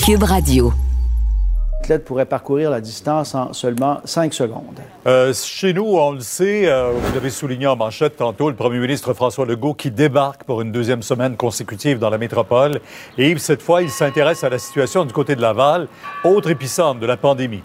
Cube Radio. L'athlète pourrait parcourir la distance en seulement 5 secondes. Chez nous, on le sait, vous l'avez souligné en manchette tantôt, le premier ministre François Legault qui débarque pour une deuxième semaine consécutive dans la métropole. Et Yves, cette fois, il s'intéresse à la situation du côté de Laval, autre épicentre de la pandémie.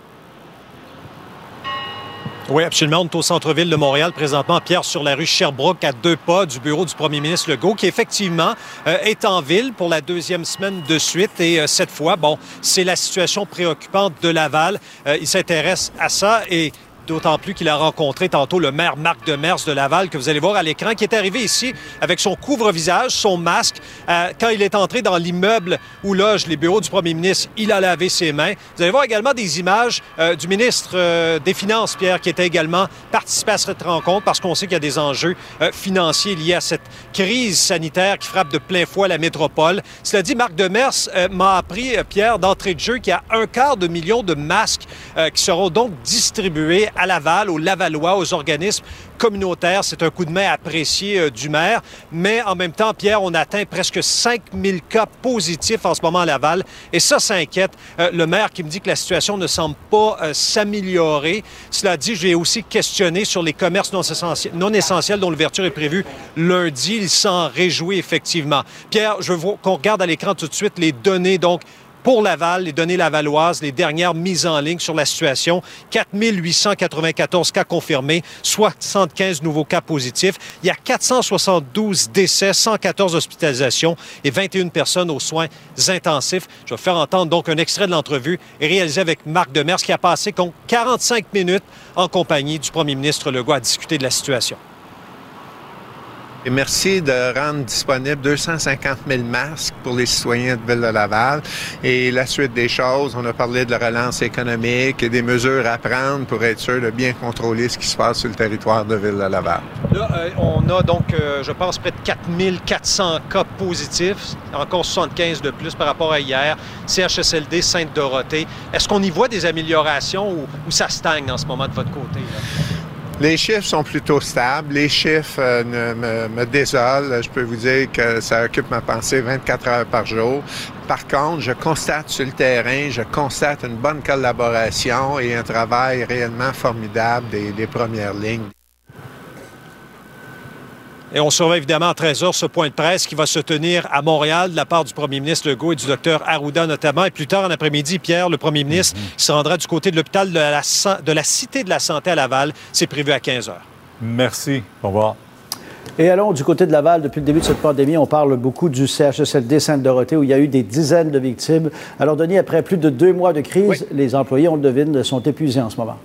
Oui, absolument. On est au centre-ville de Montréal présentement, Pierre, sur la rue Sherbrooke, à 2 pas du bureau du premier ministre Legault, qui effectivement est en ville pour la deuxième semaine de suite. Et cette fois, c'est la situation préoccupante de Laval. Il s'intéresse à ça et d'autant plus qu'il a rencontré tantôt le maire Marc Demers de Laval, que vous allez voir à l'écran, qui est arrivé ici avec son couvre-visage, son masque. Quand il est entré dans l'immeuble où logent les bureaux du premier ministre, il a lavé ses mains. Vous allez voir également des images du ministre des Finances, Pierre, qui était également participé à cette rencontre parce qu'on sait qu'il y a des enjeux financiers liés à cette crise sanitaire qui frappe de plein fouet la métropole. Cela dit, Marc Demers m'a appris, Pierre, d'entrée de jeu, qu'il y a 250 000 de masques qui seront donc distribués à Laval, aux Lavallois, aux organismes communautaires. C'est un coup de main apprécié du maire. Mais en même temps, Pierre, on atteint presque 5 000 cas positifs en ce moment à Laval. Et ça inquiète le maire qui me dit que la situation ne semble pas s'améliorer. Cela dit, j'ai aussi questionné sur les commerces non essentiels dont l'ouverture est prévue lundi. Il s'en réjouit effectivement. Pierre, je veux qu'on regarde à l'écran tout de suite les données, donc, pour Laval, les données lavalloises, les dernières mises en ligne sur la situation. 4 894 cas confirmés, 75 nouveaux cas positifs. Il y a 472 décès, 114 hospitalisations et 21 personnes aux soins intensifs. Je vais faire entendre donc un extrait de l'entrevue réalisée avec Marc Demers qui a passé 45 minutes en compagnie du premier ministre Legault à discuter de la situation. Et merci de rendre disponible 250 000 masques pour les citoyens de Ville de Laval. Et la suite des choses, on a parlé de la relance économique et des mesures à prendre pour être sûr de bien contrôler ce qui se passe sur le territoire de Ville de Laval. Là, on a donc, je pense, près de 4 400 cas positifs, encore 75 de plus par rapport à hier. CHSLD Sainte-Dorothée. Est-ce qu'on y voit des améliorations ou ça stagne en ce moment de votre côté, là? Les chiffres sont plutôt stables. Les chiffres me désolent. Je peux vous dire que ça occupe ma pensée 24 heures par jour. Par contre, je constate sur le terrain, je constate une bonne collaboration et un travail réellement formidable des premières lignes. Et on surveille évidemment à 13h ce point de presse qui va se tenir à Montréal de la part du premier ministre Legault et du docteur Arruda notamment. Et plus tard en après-midi, Pierre, le premier ministre, se rendra du côté de l'hôpital de la Cité de la Santé à Laval. C'est prévu à 15h. Merci. Au revoir. Et allons du côté de Laval. Depuis le début de cette pandémie, on parle beaucoup du CHSLD Sainte-Dorothée où il y a eu des dizaines de victimes. Alors, Denis, après plus de 2 mois de crise, les employés, on le devine, sont épuisés en ce moment.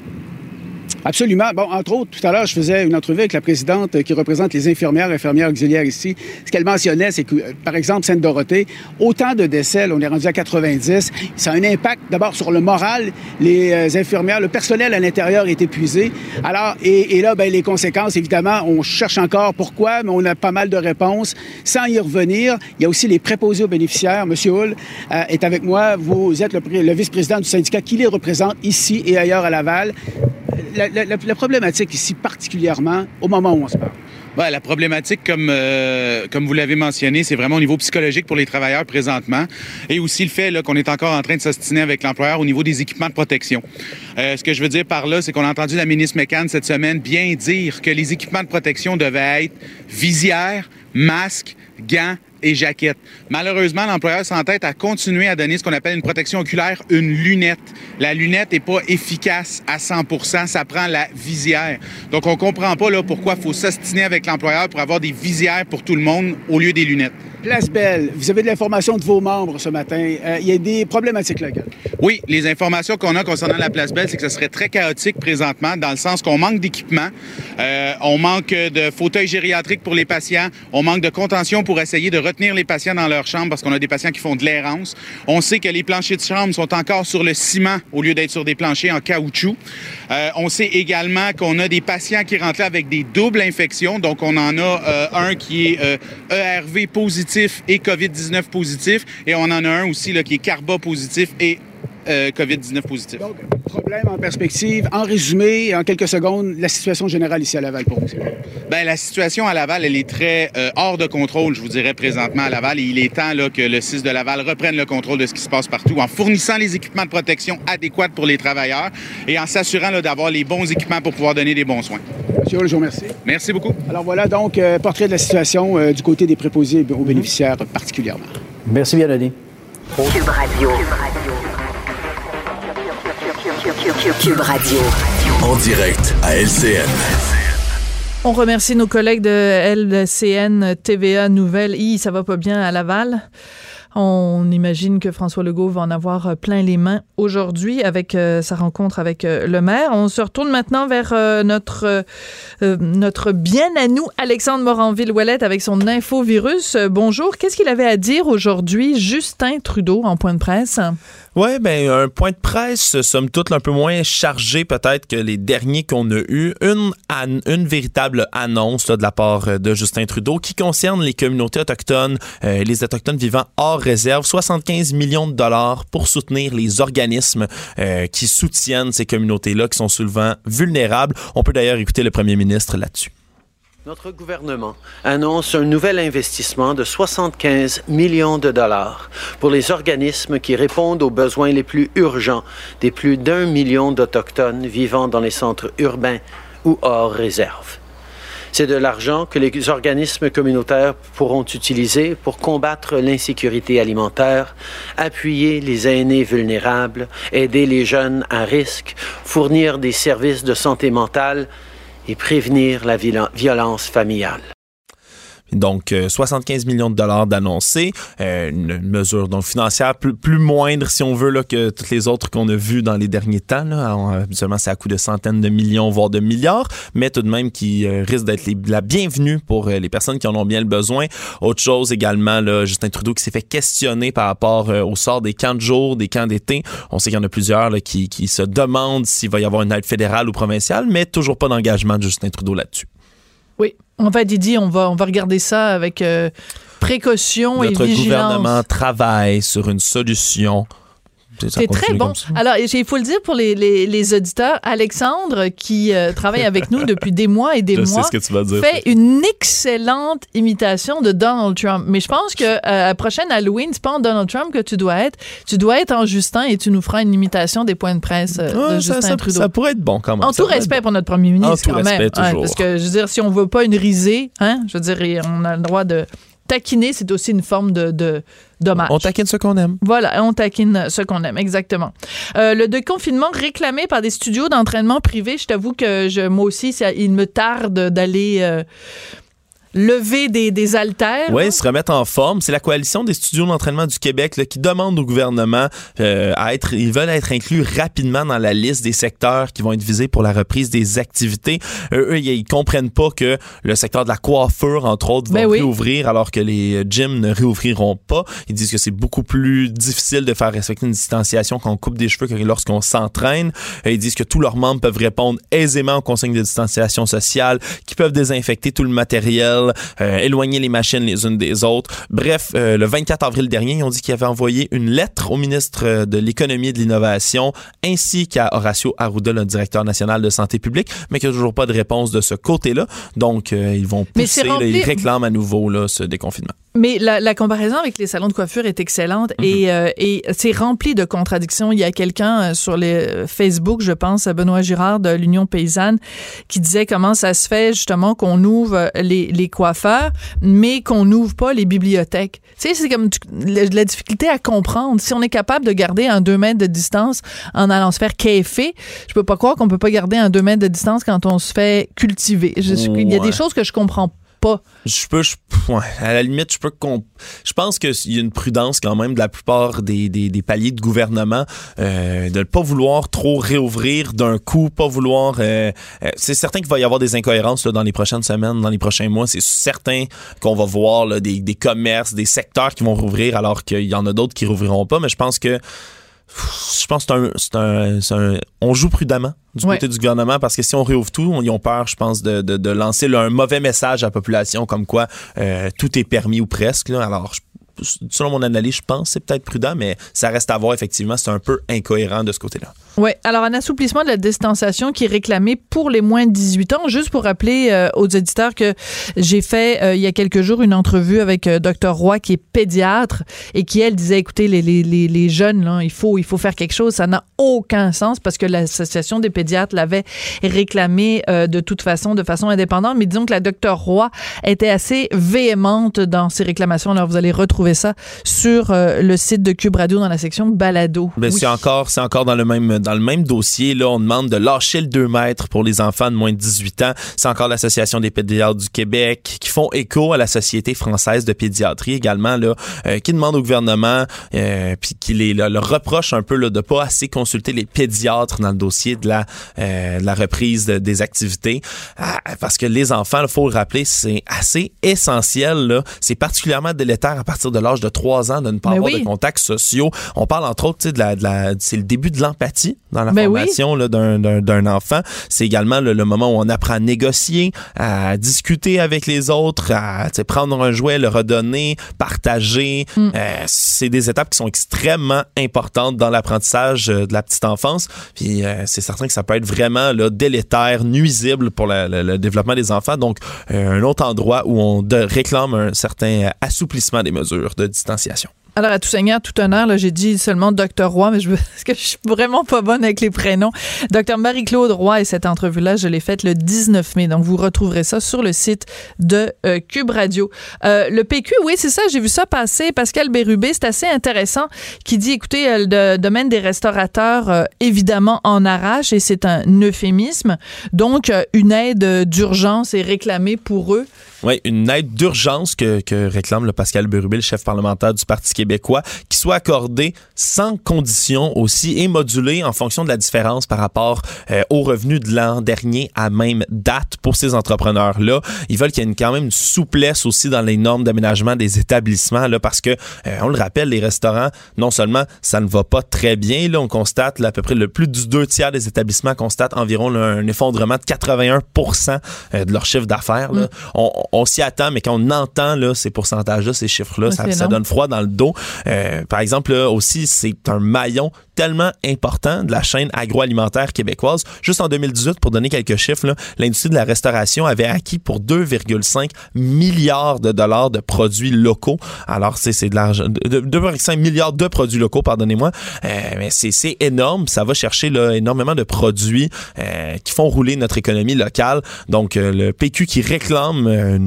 Absolument. Bon, entre autres, tout à l'heure, je faisais une entrevue avec la présidente qui représente les infirmières auxiliaires ici. Ce qu'elle mentionnait, c'est que, par exemple, Sainte-Dorothée, autant de décès, là, on est rendu à 90. Ça a un impact d'abord sur le moral. Les infirmières, le personnel à l'intérieur est épuisé. Alors, et là, les conséquences, évidemment, on cherche encore pourquoi, mais on a pas mal de réponses. Sans y revenir, il y a aussi les préposés aux bénéficiaires. Monsieur Hull est avec moi. Vous êtes le vice-président du syndicat qui les représente ici et ailleurs à Laval. La problématique ici, particulièrement, au moment où on se parle. Bien, la problématique, comme vous l'avez mentionné, c'est vraiment au niveau psychologique pour les travailleurs présentement et aussi le fait là, qu'on est encore en train de s'ostiner avec l'employeur au niveau des équipements de protection. Ce que je veux dire par là, c'est qu'on a entendu la ministre McCann cette semaine bien dire que les équipements de protection devaient être visières, masques, gants et jaquettes. Malheureusement, l'employeur s'entête à continuer à donner ce qu'on appelle une protection oculaire, une lunette. La lunette n'est pas efficace à 100%, ça prend la visière. Donc, on comprend pas là, pourquoi il faut s'ostiner avec l'employeur pour avoir des visières pour tout le monde au lieu des lunettes. Place Belle, vous avez de l'information de vos membres ce matin. Il y a des problématiques locales. Oui, les informations qu'on a concernant la Place Belle, c'est que ce serait très chaotique présentement, dans le sens qu'on manque d'équipement, on manque de fauteuils gériatriques pour les patients, on manque de contention pour essayer de retenir les patients dans leur chambre parce qu'on a des patients qui font de l'errance. On sait que les planchers de chambre sont encore sur le ciment au lieu d'être sur des planchers en caoutchouc. On sait également qu'on a des patients qui rentrent là avec des doubles infections. Donc, on en a un qui est ERV positif et COVID-19 positif. Et on en a un aussi là, qui est Carba positif et COVID-19 positifs. Donc, problème en perspective. En résumé, en quelques secondes, la situation générale ici à Laval pour vous. Bien, la situation à Laval, elle est très hors de contrôle, je vous dirais, présentement à Laval. Et il est temps là, que le CIS de Laval reprenne le contrôle de ce qui se passe partout en fournissant les équipements de protection adéquats pour les travailleurs et en s'assurant là, d'avoir les bons équipements pour pouvoir donner des bons soins. Monsieur, je vous remercie. Merci beaucoup. Alors voilà donc portrait de la situation du côté des préposés aux bénéficiaires particulièrement. Merci bien, Denis. Cube Radio. Cube Radio. En direct à LCN. On remercie nos collègues de LCN, TVA Nouvelles. Ça va pas bien à Laval. On imagine que François Legault va en avoir plein les mains aujourd'hui avec sa rencontre avec le maire. On se retourne maintenant vers notre bien à nous, Alexandre Moranville-Ouellette, avec son infovirus. Bonjour. Qu'est-ce qu'il avait à dire aujourd'hui, Justin Trudeau, en point de presse? Oui, bien, un point de presse, somme toute, un peu moins chargé peut-être que les derniers qu'on a eus. Une véritable annonce là, de la part de Justin Trudeau qui concerne les communautés autochtones, les Autochtones vivant hors réserve. 75 millions de dollars pour soutenir les organismes qui soutiennent ces communautés-là, qui sont souvent vulnérables. On peut d'ailleurs écouter le premier ministre là-dessus. Notre gouvernement annonce un nouvel investissement de 75 millions de dollars pour les organismes qui répondent aux besoins les plus urgents des plus d'1 million d'Autochtones vivant dans les centres urbains ou hors réserve. C'est de l'argent que les organismes communautaires pourront utiliser pour combattre l'insécurité alimentaire, appuyer les aînés vulnérables, aider les jeunes à risque, fournir des services de santé mentale et prévenir la violence familiale. Donc, 75 millions de dollars d'annoncés, une mesure donc financière plus moindre, si on veut, là, que toutes les autres qu'on a vues dans les derniers temps. Là. Habituellement, c'est à coût de centaines de millions, voire de milliards, mais tout de même qui risque d'être la bienvenue pour les personnes qui en ont bien le besoin. Autre chose également, là, Justin Trudeau qui s'est fait questionner par rapport au sort des camps de jour, des camps d'été. On sait qu'il y en a plusieurs là, qui se demandent s'il va y avoir une aide fédérale ou provinciale, mais toujours pas d'engagement de Justin Trudeau là-dessus. Oui. En fait, il dit on va regarder ça avec précaution et vigilance. Notre gouvernement travaille sur une solution. C'est très bon. Alors, il faut le dire pour les auditeurs, Alexandre, qui travaille avec nous depuis des mois et des mois, fait une excellente imitation de Donald Trump. Mais je pense que à la prochaine Halloween, c'est pas en Donald Trump que tu dois être en Justin et tu nous feras une imitation des points de presse de Justin Trudeau. Ça pourrait être bon quand même. En tout respect pour notre premier ministre. En tout respect, toujours. Parce que, je veux dire, si on veut pas une risée, je veux dire, on a le droit de taquiner, c'est aussi une forme de dommage. On taquine ce qu'on aime. Voilà, on taquine ce qu'on aime, exactement. Le déconfinement réclamé par des studios d'entraînement privés, je t'avoue que moi aussi, il me tarde d'aller lever des haltères. Oui, se remettre en forme. C'est la coalition des studios d'entraînement du Québec là, qui demande au gouvernement ils veulent être inclus rapidement dans la liste des secteurs qui vont être visés pour la reprise des activités. Eux, ils comprennent pas que le secteur de la coiffure, entre autres, va réouvrir alors que les gyms ne réouvriront pas. Ils disent que c'est beaucoup plus difficile de faire respecter une distanciation quand on coupe des cheveux que lorsqu'on s'entraîne. Ils disent que tous leurs membres peuvent répondre aisément aux consignes de distanciation sociale, qu'ils peuvent désinfecter tout le matériel, éloigner les machines les unes des autres. Bref, le 24 avril dernier, ils ont dit qu'ils avaient envoyé une lettre au ministre de l'Économie et de l'Innovation ainsi qu'à Horacio Arruda, le directeur national de santé publique, mais qu'il n'y a toujours pas de réponse de ce côté-là. Donc, ils vont pousser, ils réclament à nouveau là, ce déconfinement. Mais la comparaison avec les salons de coiffure est excellente et c'est rempli de contradictions. Il y a quelqu'un sur les Facebook, je pense, Benoît Girard de l'Union paysanne, qui disait comment ça se fait justement qu'on ouvre les coiffeurs, mais qu'on n'ouvre pas les bibliothèques. Tu sais, c'est comme la difficulté à comprendre. Si on est capable de garder un 2 mètres de distance en allant se faire keffer, je peux pas croire qu'on peut pas garder un 2 mètres de distance quand on se fait cultiver. Il y a des choses que je comprends pas. À la limite, je pense qu'il y a une prudence quand même de la plupart des paliers de gouvernement de ne pas vouloir trop réouvrir d'un coup, pas vouloir... c'est certain qu'il va y avoir des incohérences là, dans les prochaines semaines, dans les prochains mois. C'est certain qu'on va voir là, des commerces, des secteurs qui vont rouvrir alors qu'il y en a d'autres qui rouvriront pas, mais je pense que on joue prudemment du côté du gouvernement parce que si on réouvre tout, ils ont peur, je pense, de lancer là, un mauvais message à la population comme quoi tout est permis ou presque. Là. Alors, selon mon analyse, je pense que c'est peut-être prudent, mais ça reste à voir, effectivement, c'est un peu incohérent de ce côté-là. Oui, alors un assouplissement de la distanciation qui est réclamé pour les moins de 18 ans. Juste pour rappeler aux auditeurs que j'ai fait il y a quelques jours une entrevue avec Dr Roy qui est pédiatre et qui, elle, disait, écoutez, les jeunes, là, il faut faire quelque chose. Ça n'a aucun sens parce que l'Association des pédiatres l'avait réclamé de toute façon, de façon indépendante. Mais disons que la Dr Roy était assez véhémente dans ses réclamations. Alors, vous allez retrouver ça sur le site de Cube Radio dans la section balado. Ben, oui. C'est encore dans le même dossier. Là, on demande de lâcher le 2 mètres pour les enfants de moins de 18 ans. C'est encore l'Association des pédiatres du Québec qui font écho à la Société française de pédiatrie également, là, qui demande au gouvernement puis qui leur reproche un peu là, de pas assez consulter les pédiatres dans le dossier de la reprise des activités. Parce que les enfants, il faut le rappeler, c'est assez essentiel. Là. C'est particulièrement délétère à partir de l'âge de 3 ans de ne pas avoir de contacts sociaux. On parle entre autres c'est le début de l'empathie dans la formation là, d'un enfant. C'est également le moment où on apprend à négocier, à discuter avec les autres, à prendre un jouet, le redonner, partager. C'est des étapes qui sont extrêmement importantes dans l'apprentissage de la petite enfance. Puis c'est certain que ça peut être vraiment là, délétère, nuisible pour le développement des enfants. Donc, un autre endroit où on réclame un certain assouplissement des mesures de distanciation. Alors, à tout seigneur, tout honneur, là, j'ai dit seulement Dr Roy, mais parce que je suis vraiment pas bonne avec les prénoms. Dr Marie-Claude Roy, et cette entrevue-là, je l'ai faite le 19 mai. Donc, vous retrouverez ça sur le site de Cube Radio. Le PQ, oui, c'est ça, j'ai vu ça passer. Pascal Bérubé, c'est assez intéressant, qui dit, écoutez, le domaine des restaurateurs, évidemment, en arrache, et c'est un euphémisme. Donc, une aide d'urgence est réclamée pour eux. Oui, une aide d'urgence que réclame le Pascal Bérubé, le chef parlementaire du Parti québécois, qui soit accordée sans condition aussi et modulée en fonction de la différence par rapport aux revenus de l'an dernier à même date pour ces entrepreneurs-là. Ils veulent qu'il y ait quand même une souplesse aussi dans les normes d'aménagement des établissements là, parce que, on le rappelle, les restaurants, non seulement ça ne va pas très bien, là, on constate là, à peu près le plus du 2/3 des établissements constatent environ là, un effondrement de 81% de leur chiffre d'affaires. Là. On s'y attend, mais quand on entend là, ces pourcentages-là, ces chiffres-là, ça donne froid dans le dos. Par exemple, là, aussi, c'est un maillon tellement important de la chaîne agroalimentaire québécoise. Juste en 2018, pour donner quelques chiffres, là, l'industrie de la restauration avait acquis pour 2,5 milliards de dollars de produits locaux. Alors, c'est de l'argent, 2,5 milliards de produits locaux, pardonnez-moi. Mais c'est énorme. Ça va chercher là, énormément de produits qui font rouler notre économie locale. Donc, le PQ qui réclame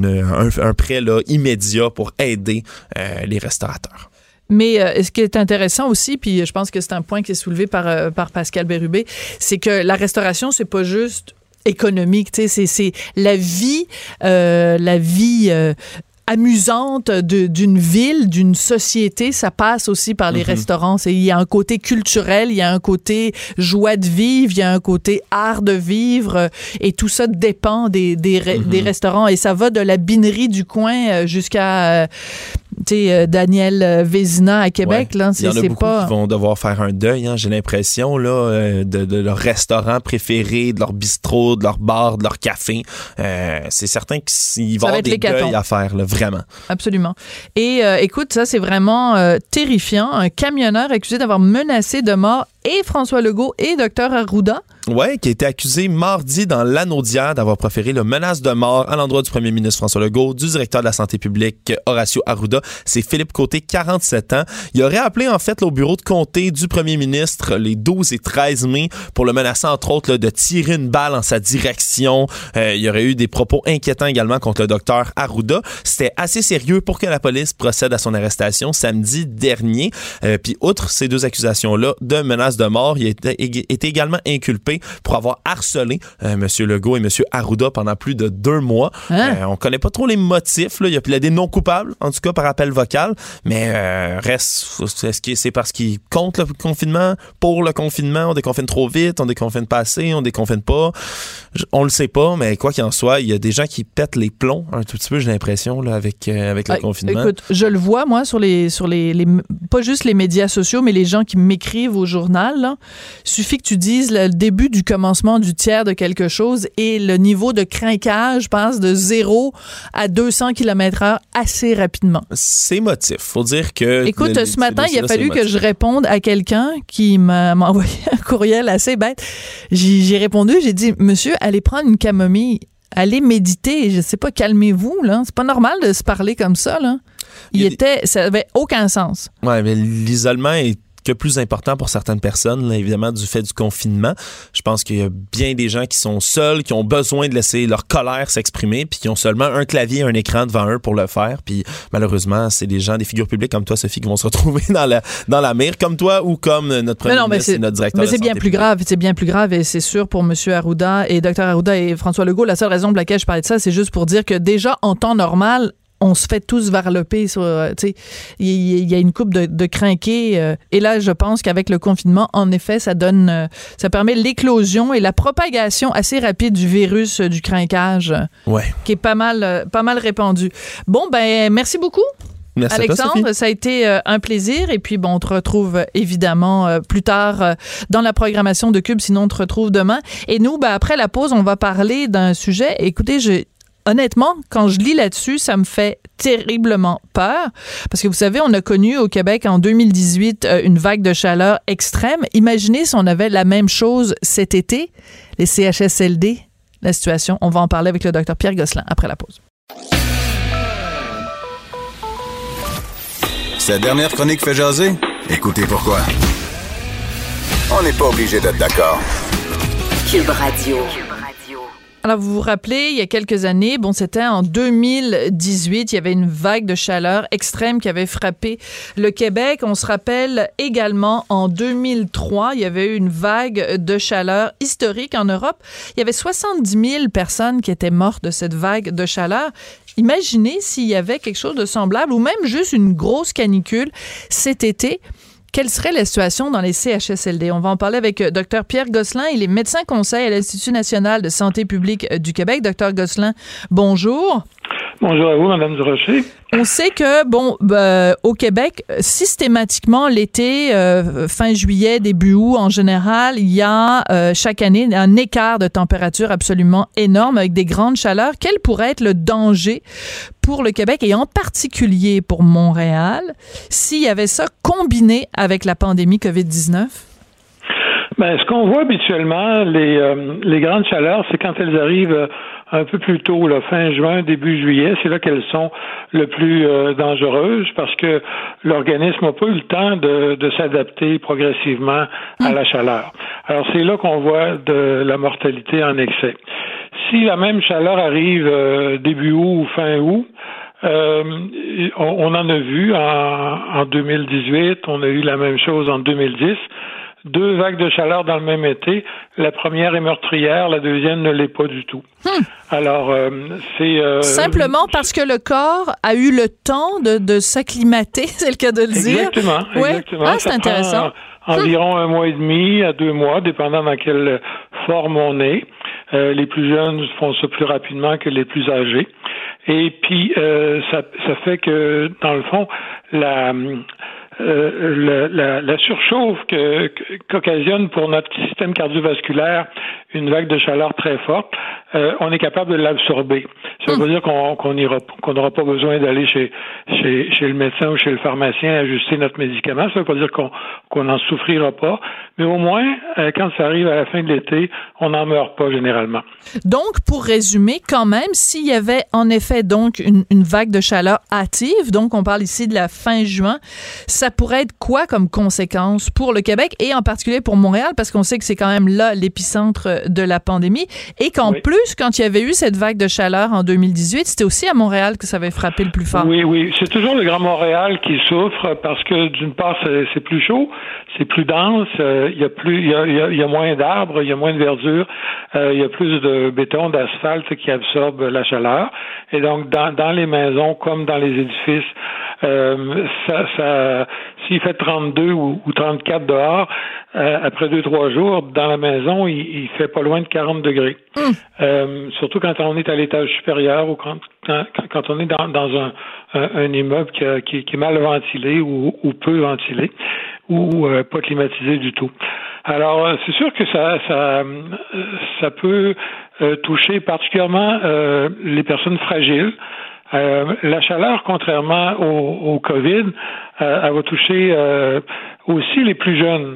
un prêt là, immédiat pour aider les restaurateurs. Mais ce qui est intéressant aussi, puis je pense que c'est un point qui est soulevé par Pascal Bérubé, c'est que la restauration, c'est pas juste économique, tu sais, c'est la vie amusante d'une ville, d'une société, ça passe aussi par les restaurants. Il y a un côté culturel, il y a un côté joie de vivre, il y a un côté art de vivre, et tout ça dépend des restaurants. Et ça va de la binerie du coin jusqu'à Daniel Vézina à Québec. Ouais. Là, il y en a beaucoup qui vont devoir faire un deuil, hein, j'ai l'impression, là, de leur restaurant préféré, de leur bistrot, de leur bar, de leur café. C'est certain qu'il va y avoir des deuils à faire, là, vraiment. Absolument. Et écoute, ça, c'est vraiment terrifiant. Un camionneur accusé d'avoir menacé de mort et François Legault et Dr Arruda. Oui, qui a été accusé mardi dans l'Anaudière d'avoir proféré la menace de mort à l'endroit du premier ministre François Legault, du directeur de la santé publique Horacio Arruda. C'est Philippe Côté, 47 ans. Il aurait appelé en fait au bureau de comté du premier ministre les 12 et 13 mai pour le menacer entre autres là, de tirer une balle en sa direction. Il y aurait eu des propos inquiétants également contre le docteur Arruda. C'était assez sérieux pour que la police procède à son arrestation samedi dernier. Puis outre ces deux accusations-là de menace de mort, il a été également inculpé pour avoir harcelé M. Legault et M. Arruda pendant plus de 2 mois. On connaît pas trop les motifs. Là. Il a plaidé non coupable, en tout cas par appel vocal, mais est-ce que c'est parce qu'il compte le confinement? Pour le confinement, on déconfine trop vite, on déconfine pas assez, on déconfine pas. On le sait pas, mais quoi qu'il en soit, il y a des gens qui pètent les plombs un tout petit peu, j'ai l'impression, là, avec le confinement. Écoute, je le vois, moi, sur les pas juste les médias sociaux, mais les gens qui m'écrivent au journal. Là. Suffit que tu dises le début début du commencement du tiers de quelque chose et le niveau de crinquage passe de 0 à 200 km/h assez rapidement. C'est émotif. Faut dire que... Écoute, ce matin, il a fallu que je réponde à quelqu'un qui m'a envoyé un courriel assez bête. J'ai répondu, j'ai dit, monsieur, allez prendre une camomille, allez méditer, je sais pas, calmez-vous, là. C'est pas normal de se parler comme ça, là. Ça avait aucun sens. Ouais, mais l'isolement est que plus important pour certaines personnes, là, évidemment, du fait du confinement. Je pense qu'il y a bien des gens qui sont seuls, qui ont besoin de laisser leur colère s'exprimer, puis qui ont seulement un clavier et un écran devant eux pour le faire. Puis malheureusement, c'est des gens, des figures publiques comme toi, Sophie, qui vont se retrouver dans la mire, comme toi ou comme notre premier ministre et notre directeur de santé. Mais c'est bien plus grave, c'est bien plus grave, et c'est sûr pour M. Arruda et Dr Arruda et François Legault. La seule raison pour laquelle je parlais de ça, c'est juste pour dire que déjà, en temps normal, on se fait tous varloper sur, tu sais, il y a une couple de crinqués. Et là, je pense qu'avec le confinement, en effet, ça permet l'éclosion et la propagation assez rapide du virus du crinquage, qui est pas mal répandu. Bon, ben, merci beaucoup. Merci Alexandre, à toi, ça a été un plaisir. Et puis, bon, on te retrouve évidemment plus tard dans la programmation de Cube, sinon on te retrouve demain. Et nous, ben, après la pause, on va parler d'un sujet. Écoutez, honnêtement, quand je lis là-dessus, ça me fait terriblement peur. Parce que vous savez, on a connu au Québec en 2018 une vague de chaleur extrême. Imaginez si on avait la même chose cet été, les CHSLD, la situation. On va en parler avec le Dr Pierre Gosselin après la pause. Cette dernière chronique fait jaser? Écoutez pourquoi. On n'est pas obligé d'être d'accord. Cube Radio. Alors, vous vous rappelez, il y a quelques années, c'était en 2018, il y avait une vague de chaleur extrême qui avait frappé le Québec. On se rappelle également, en 2003, il y avait eu une vague de chaleur historique en Europe. Il y avait 70 000 personnes qui étaient mortes de cette vague de chaleur. Imaginez s'il y avait quelque chose de semblable ou même juste une grosse canicule cet été. Quelle serait la situation dans les CHSLD? On va en parler avec Dr Pierre Gosselin. Il est médecin conseil à l'Institut national de santé publique du Québec. Dr Gosselin, bonjour. Bonjour à vous, Mme Durocher. On sait que, au Québec, systématiquement, l'été, fin juillet, début août, en général, il y a chaque année un écart de température absolument énorme avec des grandes chaleurs. Quel pourrait être le danger pour le Québec et en particulier pour Montréal s'il y avait ça combiné avec la pandémie COVID-19? Ben, ce qu'on voit habituellement, les grandes chaleurs, c'est quand elles arrivent un peu plus tôt, là, fin juin, début juillet, c'est là qu'elles sont le plus dangereuses parce que l'organisme n'a pas eu le temps de s'adapter progressivement à la chaleur. Alors, c'est là qu'on voit de la mortalité en excès. Si la même chaleur arrive début août ou fin août, on en a vu en 2018, on a eu la même chose en 2010. 2 vagues de chaleur dans le même été. La première est meurtrière, la deuxième ne l'est pas du tout. Alors, c'est... Simplement parce que le corps a eu le temps de s'acclimater, c'est le cas de le dire. Exactement. Ah, c'est intéressant. Environ 1 mois et demi à 2 mois, dépendant dans quelle forme on est. Les plus jeunes font ça plus rapidement que les plus âgés. Et puis, ça fait que, dans le fond, la surchauffe qu'occasionne pour notre système cardiovasculaire une vague de chaleur très forte, on est capable de l'absorber. Ça veut dire qu'on n'aura pas besoin d'aller chez le médecin ou chez le pharmacien ajuster notre médicament. Ça veut pas dire qu'on n'en souffrira pas, mais au moins, quand ça arrive à la fin de l'été, on n'en meurt pas généralement. Donc, pour résumer, quand même, s'il y avait en effet donc une vague de chaleur hâtive, donc on parle ici de la fin juin, ça pourrait être quoi comme conséquence pour le Québec et en particulier pour Montréal, parce qu'on sait que c'est quand même là l'épicentre de la pandémie et qu'en plus, quand il y avait eu cette vague de chaleur en 2018, c'était aussi à Montréal que ça avait frappé le plus fort. Oui. C'est toujours le Grand Montréal qui souffre parce que d'une part, c'est plus chaud, c'est plus dense, il y a moins d'arbres, il y a moins de verdure, il y a plus de béton, d'asphalte qui absorbe la chaleur. Et donc, dans les maisons comme dans les édifices, s'il fait 32 ou 34 dehors, après 2-3 jours, dans la maison, il fait pas loin de 40 degrés. Surtout quand on est à l'étage supérieur ou quand on est dans un immeuble qui est mal ventilé ou peu ventilé ou pas climatisé du tout. Alors, c'est sûr que ça peut toucher particulièrement les personnes fragiles. La chaleur, contrairement au COVID, elle va toucher aussi les plus jeunes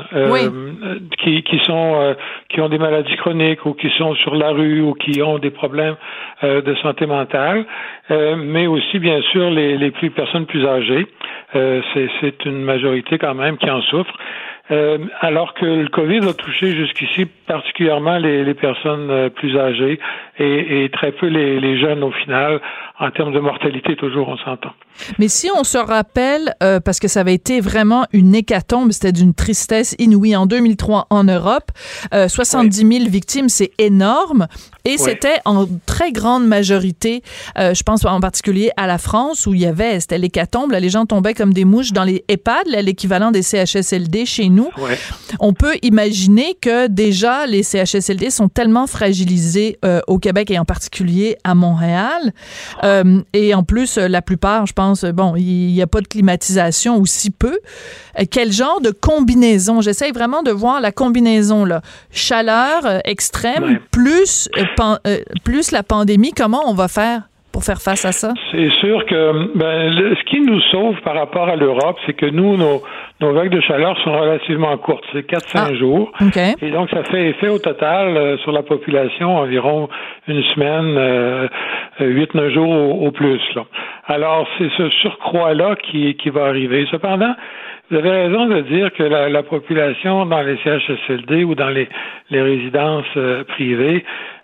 qui ont des maladies chroniques ou qui sont sur la rue ou qui ont des problèmes de santé mentale, mais aussi bien sûr les personnes plus âgées. C'est une majorité quand même qui en souffre. Alors que le COVID a touché jusqu'ici particulièrement les personnes plus âgées et très peu les jeunes au final, en termes de mortalité toujours, on s'entend. Mais si on se rappelle, parce que ça avait été vraiment une hécatombe, c'était d'une tristesse inouïe en 2003 en Europe, 70 000 victimes, c'est énorme, et c'était en très grande majorité, je pense en particulier à la France, où c'était l'hécatombe, là, les gens tombaient comme des mouches dans les EHPAD, là, l'équivalent des CHSLD chez nous. Ouais. On peut imaginer que déjà les CHSLD sont tellement fragilisés au Québec et en particulier à Montréal, et en plus, la plupart, je pense, il n'y a pas de climatisation ou si peu. Quel genre de combinaison? J'essaye vraiment de voir la combinaison, là. Chaleur extrême, plus la pandémie. Comment on va faire pour faire face à ça? C'est sûr que ce qui nous sauve par rapport à l'Europe, c'est que nous, nos vagues de chaleur sont relativement courtes. C'est 4-5 jours. Okay. Et donc, ça fait effet au total sur la population environ une semaine, 8-9 jours au plus, là. Alors, c'est ce surcroît-là qui va arriver. Cependant, vous avez raison de dire que la population dans les CHSLD ou dans les résidences privées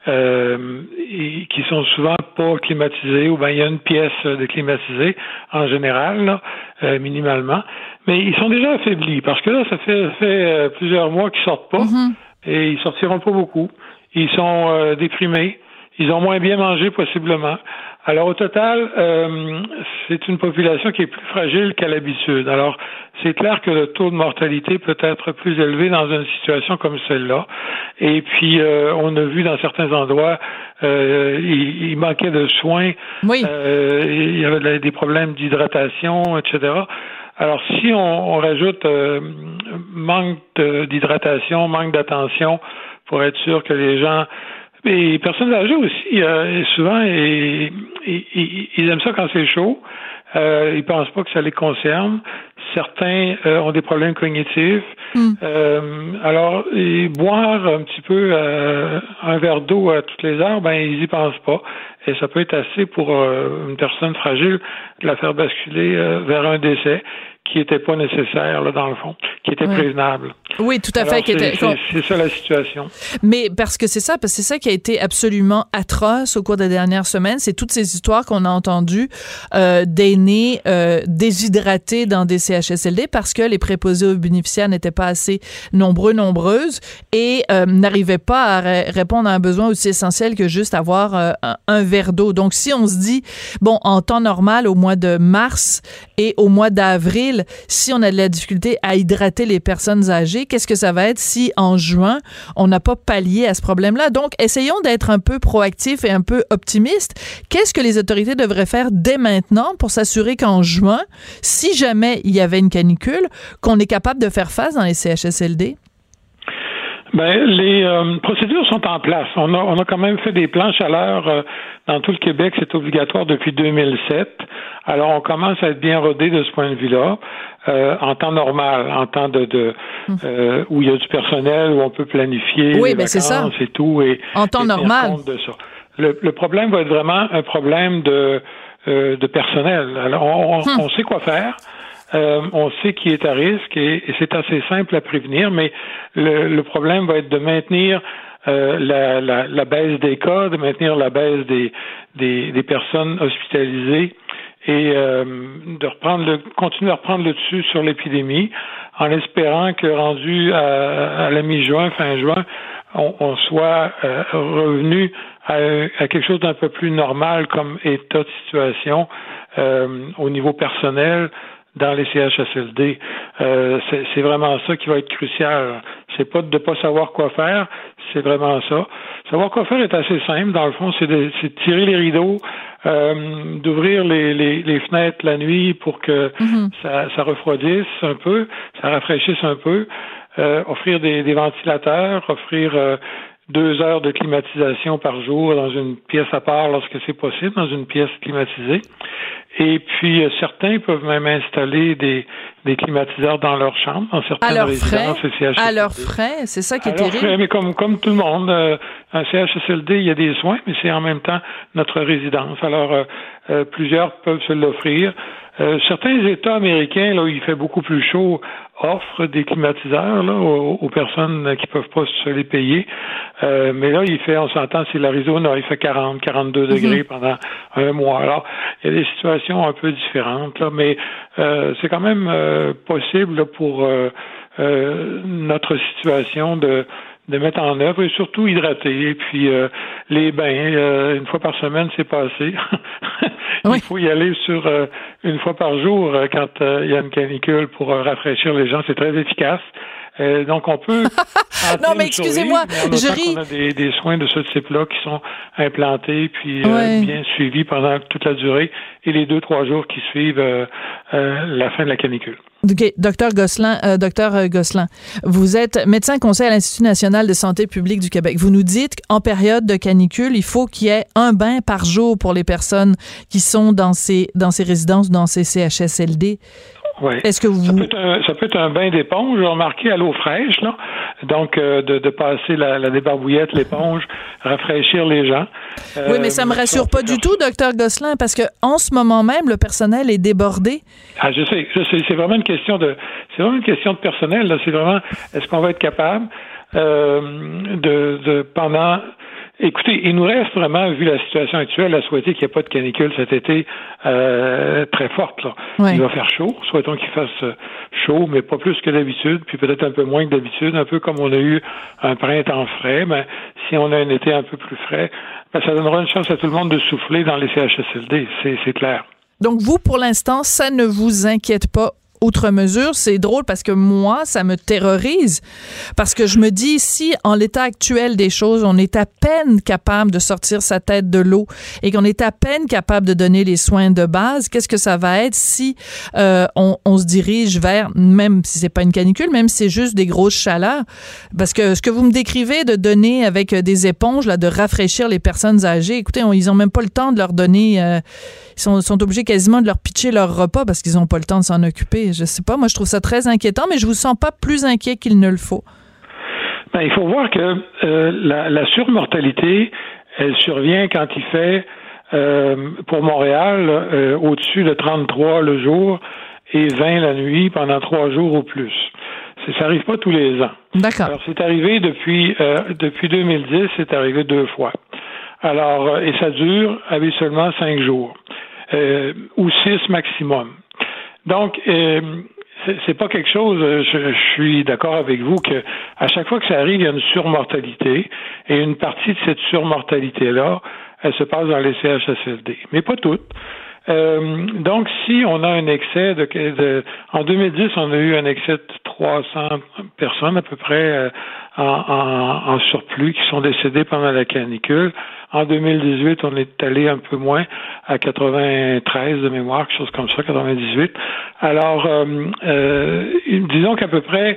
qui sont souvent pas climatisées, ou bien il y a une pièce de climatisée en général, là, minimalement, mais ils sont déjà affaiblis parce que là, ça fait plusieurs mois qu'ils sortent pas et ils sortiront pas beaucoup. Ils sont déprimés, ils ont moins bien mangé possiblement. Alors, au total, c'est une population qui est plus fragile qu'à l'habitude. Alors, c'est clair que le taux de mortalité peut être plus élevé dans une situation comme celle-là. Et puis, on a vu dans certains endroits, il manquait de soins. Oui. Il y avait des problèmes d'hydratation, etc. Alors, si on rajoute manque d'hydratation, manque d'attention, pour être sûr que les gens... Et les personnes âgées aussi, souvent, ils aiment ça quand c'est chaud. Ils pensent pas que ça les concerne. Certains ont des problèmes cognitifs. Alors, boire un petit peu un verre d'eau à toutes les heures, ils y pensent pas. Et ça peut être assez pour une personne fragile de la faire basculer vers un décès qui n'était pas nécessaire, là, dans le fond, qui était prévenable. Oui, tout à fait. C'est ça la situation. Mais parce que c'est ça qui a été absolument atroce au cours des dernières semaines, c'est toutes ces histoires qu'on a entendues d'aînés déshydratés dans des CHSLD parce que les préposés aux bénéficiaires n'étaient pas assez nombreuses et n'arrivaient pas à répondre à un besoin aussi essentiel que juste avoir un verre d'eau. Donc, si on se dit, en temps normal, au mois de mars et au mois d'avril, si on a de la difficulté à hydrater les personnes âgées, qu'est-ce que ça va être si en juin, on n'a pas pallié à ce problème-là? Donc, essayons d'être un peu proactifs et un peu optimistes. Qu'est-ce que les autorités devraient faire dès maintenant pour s'assurer qu'en juin, si jamais il y avait une canicule, qu'on est capable de faire face dans les CHSLD? Les procédures sont en place. On a quand même fait des plans chaleur dans tout le Québec. C'est obligatoire depuis 2007. Alors, on commence à être bien rodé de ce point de vue-là, en temps normal, en temps où il y a du personnel, où on peut planifier les vacances et tout. Et, en temps normal. Compte de ça. Le problème va être vraiment un problème de personnel. Alors, on sait quoi faire. On sait qui est à risque et c'est assez simple à prévenir, mais le problème va être de maintenir la baisse des cas, de maintenir la baisse des personnes hospitalisées et de continuer à reprendre le dessus sur l'épidémie en espérant que rendu à la mi-juin, fin juin, on soit revenu à quelque chose d'un peu plus normal comme état de situation au niveau personnel dans les CHSLD. C'est vraiment ça qui va être crucial. C'est pas de pas savoir quoi faire, c'est vraiment ça. Savoir quoi faire est assez simple, dans le fond, c'est de tirer les rideaux, d'ouvrir les fenêtres la nuit pour que ça refroidisse un peu, ça rafraîchisse un peu. offrir des ventilateurs, offrir 2 heures de climatisation par jour dans une pièce à part lorsque c'est possible, dans une pièce climatisée. Et puis, certains peuvent même installer des climatiseurs dans leur chambre, dans certaines résidences et CHSLD. À leurs frais, c'est ça qui est terrible. Frais, mais comme tout le monde, un CHSLD, il y a des soins, mais c'est en même temps notre résidence. Alors, plusieurs peuvent se l'offrir. Certains États américains, là où il fait beaucoup plus chaud, offrent des climatiseurs là, aux personnes qui peuvent pas se les payer. Mais là, on s'entend, c'est l'Arizona, il fait 40, 42 degrés pendant un mois. Alors, il y a des situations un peu différentes, là, mais c'est quand même possible là, pour notre situation de mettre en œuvre et surtout hydrater. Et puis les bains, une fois par semaine, c'est pas assez. Il faut y aller sur une fois par jour quand il y a une canicule pour rafraîchir les gens. C'est très efficace. Donc, on peut... non, mais excusez-moi, je ris. On a des soins de ce type-là qui sont implantés puis bien suivis pendant toute la durée et les 2-3 jours qui suivent la fin de la canicule. Okay. Docteur Gosselin, vous êtes médecin conseil à l'Institut national de santé publique du Québec. Vous nous dites qu'en période de canicule, il faut qu'il y ait un bain par jour pour les personnes qui sont dans ces résidences, dans ces CHSLD. Oui. Est-ce que ça peut être un bain d'éponge, remarqué à l'eau fraîche, là. Donc, de passer la débarbouillette, l'éponge, rafraîchir les gens. Oui, mais ça me rassure pas du tout, docteur Gosselin, parce que en ce moment même, le personnel est débordé. Ah, je sais. C'est vraiment une question de personnel, là. C'est vraiment, est-ce qu'on va être capable, pendant... Écoutez, il nous reste vraiment, vu la situation actuelle, à souhaiter qu'il n'y ait pas de canicule cet été très forte. Là. Oui. Il va faire chaud. Souhaitons qu'il fasse chaud, mais pas plus que d'habitude, puis peut-être un peu moins que d'habitude, un peu comme on a eu un printemps frais. Mais si on a un été un peu plus frais, ça donnera une chance à tout le monde de souffler dans les CHSLD, c'est clair. Donc vous, pour l'instant, ça ne vous inquiète pas outre mesure? C'est drôle parce que moi, ça me terrorise parce que je me dis, si en l'état actuel des choses, on est à peine capable de sortir sa tête de l'eau et qu'on est à peine capable de donner les soins de base, qu'est-ce que ça va être si on se dirige vers, même si c'est pas une canicule, même si c'est juste des grosses chaleurs? Parce que ce que vous me décrivez de donner avec des éponges, là, de rafraîchir les personnes âgées, écoutez, ils ont même pas le temps de leur donner... Ils sont obligés quasiment de leur pitcher leur repas parce qu'ils n'ont pas le temps de s'en occuper. Je sais pas, moi je trouve ça très inquiétant, mais je vous sens pas plus inquiet qu'il ne le faut. Il faut voir que la surmortalité, elle survient quand il fait, pour Montréal, au-dessus de 33 le jour et 20 la nuit pendant 3 jours ou plus. Ça n'arrive pas tous les ans. D'accord. Alors, c'est arrivé depuis 2010, c'est arrivé 2 fois. Alors, et ça dure habituellement 5 jours. Ou 6 maximum. Donc, c'est pas quelque chose, je suis d'accord avec vous que à chaque fois que ça arrive, il y a une surmortalité et une partie de cette surmortalité-là, elle se passe dans les CHSLD, mais pas toutes. Donc, si on a un excès en 2010, on a eu un excès de 300 personnes à peu près en surplus qui sont décédées pendant la canicule. En 2018, on est allé un peu moins à 93 de mémoire, quelque chose comme ça, 98. Alors, disons qu'à peu près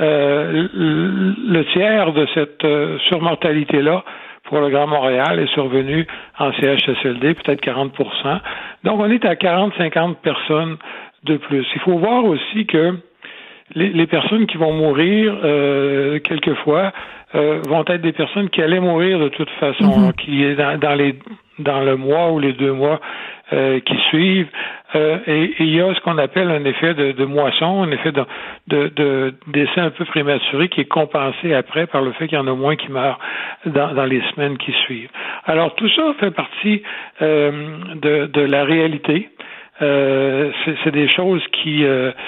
le tiers de cette surmortalité-là pour le Grand Montréal est survenu en CHSLD, peut-être 40%. Donc, on est à 40-50 personnes de plus. Il faut voir aussi que les personnes qui vont mourir, quelquefois, vont être des personnes qui allaient mourir de toute façon, qui est dans le mois ou les 2 mois qui suivent. Et il y a ce qu'on appelle un effet de moisson, un effet de décès un peu prématuré qui est compensé après par le fait qu'il y en a moins qui meurent dans les semaines qui suivent. Alors tout ça fait partie de la réalité. C'est des choses qui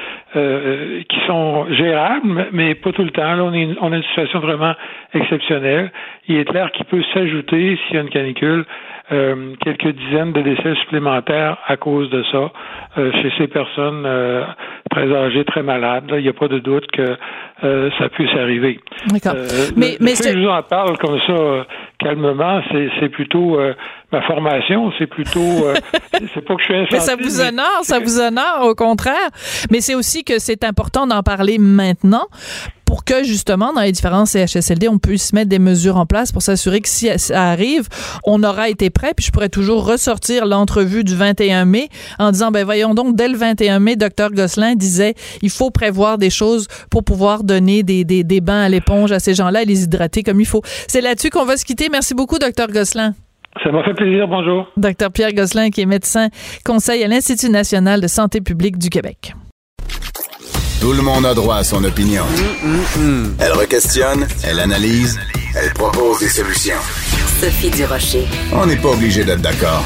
sont gérables, mais pas tout le temps. Là, on a une situation vraiment exceptionnelle. Il est clair qu'il peut s'ajouter, s'il y a une canicule, quelques dizaines de décès supplémentaires à cause de ça chez ces personnes très âgées, très malades. Là, il n'y a pas de doute que ça puisse arriver. D'accord. Mais je vous en parle comme ça calmement, c'est plutôt ma formation, c'est plutôt... c'est pas que je suis insensible. Mais ça vous honore, au contraire. Mais c'est aussi que c'est important d'en parler maintenant pour que, justement, dans les différents CHSLD, on puisse mettre des mesures en place pour s'assurer que si ça arrive, on aura été prêt. Puis je pourrais toujours ressortir l'entrevue du 21 mai en disant, voyons donc, dès le 21 mai, Dr Gosselin disait, il faut prévoir des choses pour pouvoir donner des bains à l'éponge à ces gens-là et les hydrater comme il faut. C'est là-dessus qu'on va se quitter. Merci beaucoup, Dr Gosselin. Ça m'a fait plaisir. Bonjour. Dr Pierre Gosselin, qui est médecin conseil à l'Institut national de santé publique du Québec. Tout le monde a droit à son opinion. Elle requestionne, elle analyse, elle propose des solutions. Sophie Durocher. On n'est pas obligé d'être d'accord.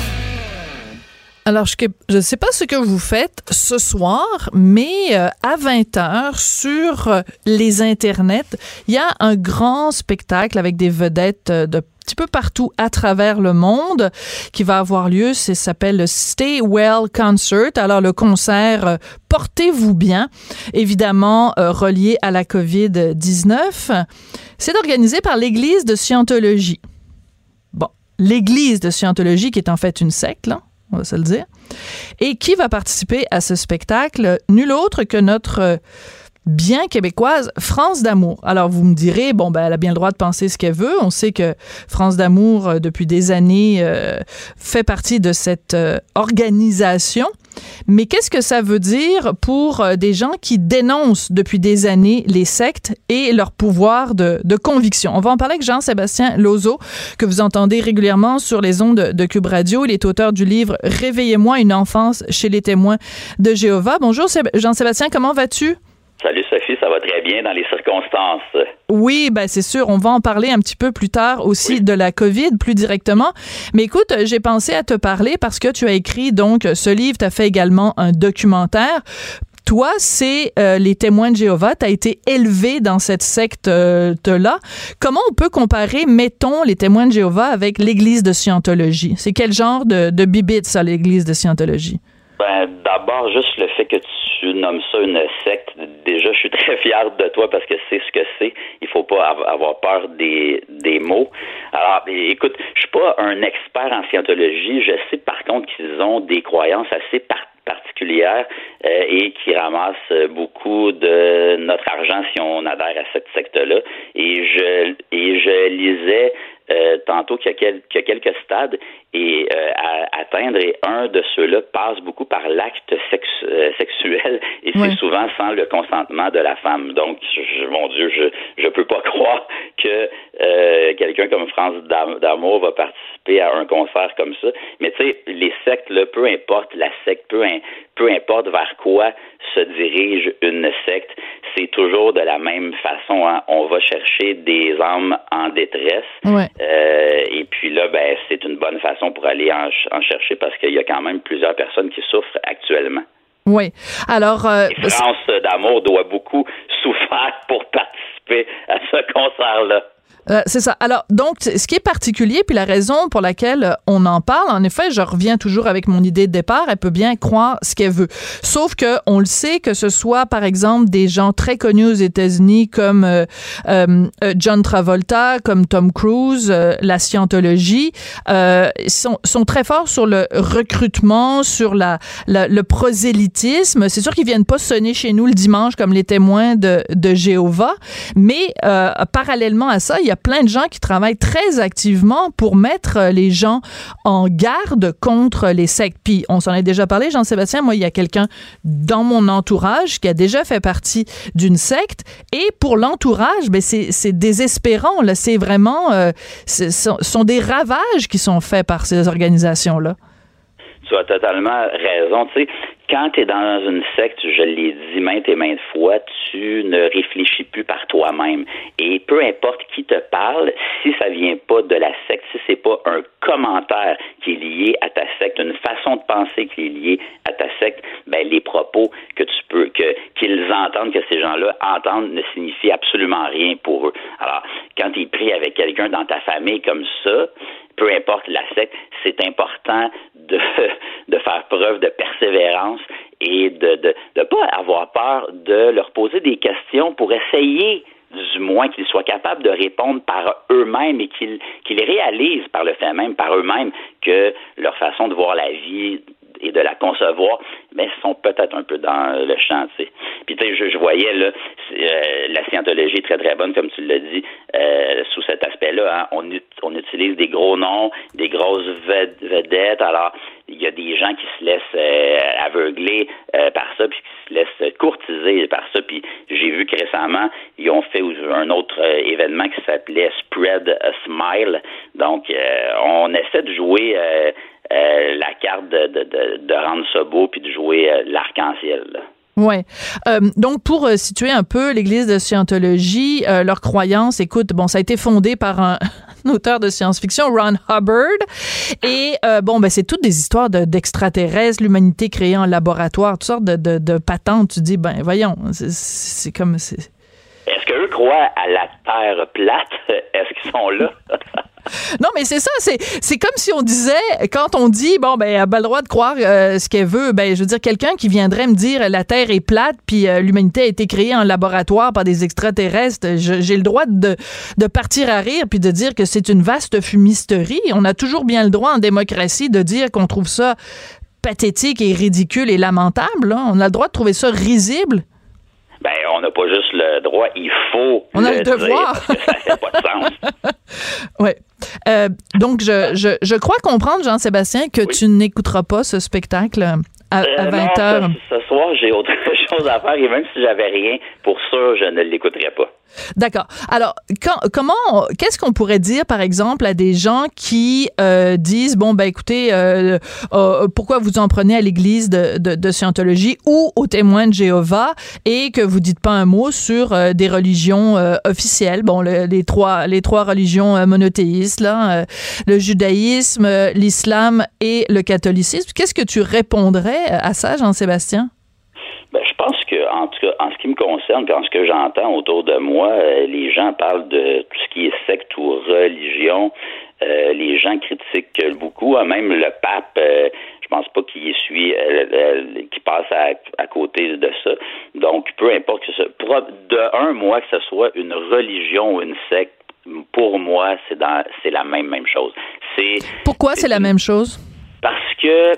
Alors, je ne sais pas ce que vous faites ce soir, mais à 20h, sur les internets, il y a un grand spectacle avec des vedettes de petit peu partout à travers le monde qui va avoir lieu. Ça s'appelle le Stay Well Concert. Alors, le concert Portez-vous bien, évidemment relié à la COVID-19. C'est organisé par l'Église de Scientologie. Bon, l'Église de Scientologie qui est en fait une secte, là, on va se le dire. Et qui va participer à ce spectacle? Nul autre que notre bien québécoise, France d'Amour. Alors, vous me direz, elle a bien le droit de penser ce qu'elle veut. On sait que France d'Amour, depuis des années, fait partie de cette organisation. Mais qu'est-ce que ça veut dire pour des gens qui dénoncent depuis des années les sectes et leur pouvoir de conviction? On va en parler avec Jean-Sébastien Lozo, que vous entendez régulièrement sur les ondes de Cube Radio. Il est auteur du livre « Réveillez-moi, une enfance chez les témoins de Jéhovah ». Bonjour Jean-Sébastien, comment vas-tu? Salut Sophie, ça va très bien dans les circonstances. Oui, c'est sûr, on va en parler un petit peu plus tard aussi de la COVID, plus directement. Mais écoute, j'ai pensé à te parler parce que tu as écrit donc ce livre, tu as fait également un documentaire. Toi, c'est les témoins de Jéhovah, tu as été élevé dans cette secte-là. Comment on peut comparer, mettons, les témoins de Jéhovah avec l'Église de Scientologie? C'est quel genre de bibite, ça, l'Église de Scientologie? D'abord, juste le fait que tu nommes ça une secte, déjà, je suis très fier de toi parce que c'est ce que c'est. Il faut pas avoir peur des mots. Alors, écoute, je suis pas un expert en scientologie. Je sais par contre qu'ils ont des croyances assez particulières et qui ramassent beaucoup de notre argent si on adhère à cette secte-là. Et je lisais tantôt qu'il y a quelques stades et à atteindre, et un de ceux-là passe beaucoup par l'acte sexuel et c'est souvent sans le consentement de la femme. Donc, mon Dieu, je peux pas croire que quelqu'un comme France d'Amour va participer à un concert comme ça. Mais tu sais, les sectes, là, peu importe la secte, peu importe vers quoi se dirige une secte, c'est toujours de la même façon. Hein. On va chercher des âmes en détresse. Ouais. Et puis là, c'est une bonne façon pour aller en chercher parce qu'il y a quand même plusieurs personnes qui souffrent actuellement. Oui. Alors, France d'Amour doit beaucoup souffrir pour participer à ce concert-là. C'est ça. Alors, donc, ce qui est particulier, puis la raison pour laquelle on en parle, en effet, je reviens toujours avec mon idée de départ, elle peut bien croire ce qu'elle veut. Sauf que on le sait, que ce soit, par exemple, des gens très connus aux États-Unis comme John Travolta, comme Tom Cruise, la Scientologie, sont très forts sur le recrutement, sur le prosélytisme. C'est sûr qu'ils viennent pas sonner chez nous le dimanche comme les témoins de Jéhovah, mais parallèlement à ça, il y a plein de gens qui travaillent très activement pour mettre les gens en garde contre les sectes. Puis, on s'en est déjà parlé, Jean-Sébastien. Moi, il y a quelqu'un dans mon entourage qui a déjà fait partie d'une secte. Et pour l'entourage, c'est désespérant. Là. C'est vraiment... sont des ravages qui sont faits par ces organisations-là. Tu as totalement raison. Tu sais, quand tu es dans une secte, je l'ai dit maintes et maintes fois, tu ne réfléchis plus par toi-même. Et peu importe qui te parle, si ça vient pas de la secte, si c'est pas un commentaire qui est lié à ta secte, une façon de penser qui est liée à ta secte, les propos qu'ils entendent, que ces gens-là entendent, ne signifient absolument rien pour eux. Alors, quand tu es pris avec quelqu'un dans ta famille comme ça, peu importe la secte, c'est important de faire preuve de persévérance et de pas avoir peur de leur poser des questions pour essayer du moins qu'ils soient capables de répondre par eux-mêmes et qu'ils réalisent par le fait même, par eux-mêmes, que leur façon de voir la vie et de la concevoir, mais sont peut-être un peu dans le champ, tu sais. Puis tu sais, je voyais là, la scientologie est très très bonne, comme tu l'as dit, sous cet aspect-là. Hein. On utilise des gros noms, des grosses vedettes. Alors, il y a des gens qui se laissent aveugler par ça, puis qui se laissent courtiser par ça. Puis j'ai vu que récemment, ils ont fait un autre événement qui s'appelait Spread a Smile. Donc, on essaie de jouer la carte de rendre ça beau puis de jouer l'arc-en-ciel, là. Ouais. Donc, pour situer un peu l'Église de Scientologie, leur croyance, écoute, bon, ça a été fondé par un auteur de science-fiction, Ron Hubbard, et c'est toutes des histoires d'extraterrestres, l'humanité créée en laboratoire, toutes sortes de patentes. Tu dis, ben, voyons, c'est comme... Est-ce qu'eux croient à la Terre plate? Est-ce qu'ils sont là? Non, mais c'est ça, c'est comme si on disait, quand on dit, bon, ben, elle a pas le droit de croire ce qu'elle veut, ben, je veux dire, quelqu'un qui viendrait me dire la Terre est plate, puis l'humanité a été créée en laboratoire par des extraterrestres, j'ai le droit de partir à rire puis de dire que c'est une vaste fumisterie. On a toujours bien le droit en démocratie de dire qu'on trouve ça pathétique et ridicule et lamentable, hein. On a le droit de trouver ça risible. Ben, on n'a pas juste le droit, il faut on a le devoir. Dire, parce que ça fait pas de sens. Oui. Donc, je crois comprendre, Jean-Sébastien, que tu n'écouteras pas ce spectacle à 20h. Non, ce soir, j'ai autre chose à faire et même si j'avais rien, pour ça, je ne l'écouterais pas. D'accord. Alors, qu'est-ce qu'on pourrait dire, par exemple, à des gens qui disent, bon, ben écoutez, pourquoi vous en prenez à l'Église de Scientologie ou aux témoins de Jéhovah et que vous dites pas un mot sur des religions officielles, bon, les trois religions monothéistes, là, le judaïsme, l'islam et le catholicisme. Qu'est-ce que tu répondrais à ça, Jean-Sébastien? Ben, je pense que, en tout cas, en ce qui me concerne, quand ce que j'entends autour de moi, les gens parlent de tout ce qui est secte ou religion. Les gens critiquent beaucoup. Même le pape, je pense pas qu'il suit, qu'il passe à côté de ça. Donc, peu importe que moi, que ce soit une religion ou une secte, pour moi, c'est la même chose. Pourquoi c'est la même chose? Parce que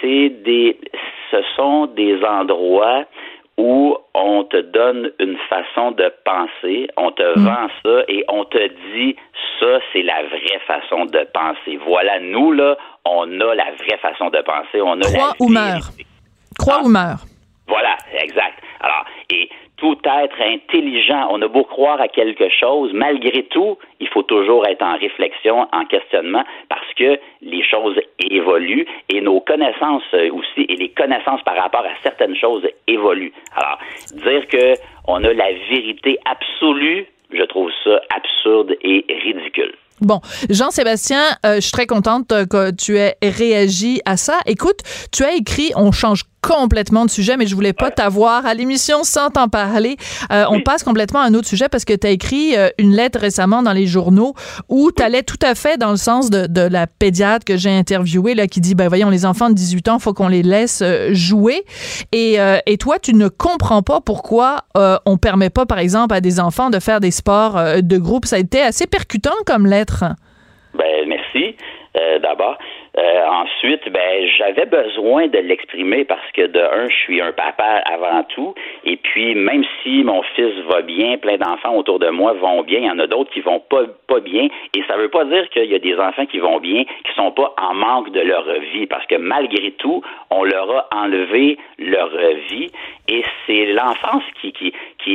ce sont des endroits où on te donne une façon de penser, on te vend ça et on te dit ça, c'est la vraie façon de penser. Voilà, nous, là, on a la vraie façon de penser. On a Crois ou meurs. Crois ou meurs. Voilà, exact. Alors, et tout être intelligent, on a beau croire à quelque chose, malgré tout, il faut toujours être en réflexion, en questionnement, parce que les choses évoluent et nos connaissances aussi, et les connaissances par rapport à certaines choses évoluent. Alors, dire que on a la vérité absolue, je trouve ça absurde et ridicule. Bon, Jean-Sébastien, je suis très contente que tu aies réagi à ça. Écoute, tu as écrit, on change complètement de sujet, mais je voulais pas t'avoir à l'émission sans t'en parler. On passe complètement à un autre sujet parce que tu as écrit une lettre récemment dans les journaux où tu allais tout à fait dans le sens de la pédiatre que j'ai interviewée, là, qui dit, ben voyons, les enfants de 18 ans, faut qu'on les laisse jouer. Et toi, tu ne comprends pas pourquoi on permet pas, par exemple, à des enfants de faire des sports de groupe. Ça a été assez percutant comme lettre. Ben, merci. D'abord. Ensuite, j'avais besoin de l'exprimer parce que je suis un papa avant tout. Et puis, même si mon fils va bien, plein d'enfants autour de moi vont bien, il y en a d'autres qui vont pas bien. Et ça veut pas dire qu'il y a des enfants qui vont bien, qui sont pas en manque de leur vie. Parce que malgré tout, on leur a enlevé leur vie. Et c'est l'enfance qui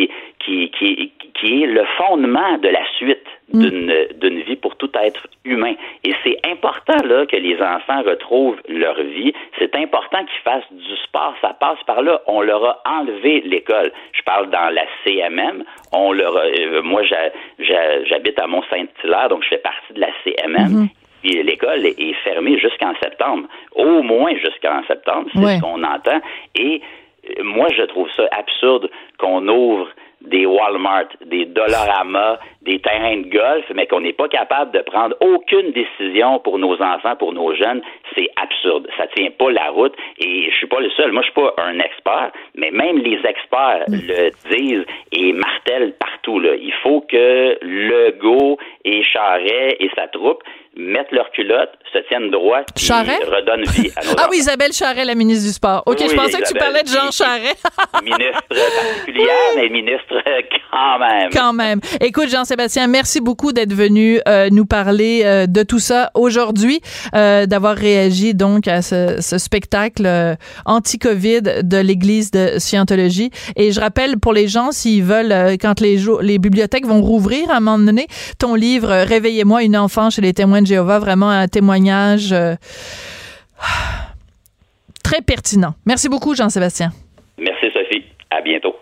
est le fondement de la suite d'une vie pour tout être humain. Et c'est important là que les enfants retrouvent leur vie. C'est important qu'ils fassent du sport. Ça passe par là. On leur a enlevé l'école. Je parle dans la CMM. Moi, j'habite à Mont-Saint-Hilaire, donc je fais partie de la CMM. Puis l'école est fermée jusqu'en septembre. Au moins jusqu'en septembre, c'est ce qu'on entend. Et moi, je trouve ça absurde qu'on ouvre des Walmart, des Dollarama, des terrains de golf, mais qu'on n'est pas capable de prendre aucune décision pour nos enfants, pour nos jeunes. C'est absurde. Ça tient pas la route. Et je suis pas le seul. Moi, je suis pas un expert, mais même les experts le disent et martèlent partout surtout, là, il faut que Legault et Charest et sa troupe mettent leur culotte, se tiennent droit, puis redonnent vie à nos enfants. Ah oui, Isabelle Charest, la ministre du Sport. OK, oui, je pensais que tu parlais de Jean Charest. Ministre particulière, mais ministre quand même. Quand même. Écoute, Jean-Sébastien, merci beaucoup d'être venu nous parler de tout ça aujourd'hui, d'avoir réagi donc à ce spectacle anti-COVID de l'Église de Scientologie. Et je rappelle pour les gens, s'ils veulent, quand les bibliothèques vont rouvrir à un moment donné, ton livre « Réveillez-moi une enfant chez les témoins de Jéhovah », vraiment un témoignage très pertinent. Merci beaucoup, Jean-Sébastien. Merci, Sophie. À bientôt.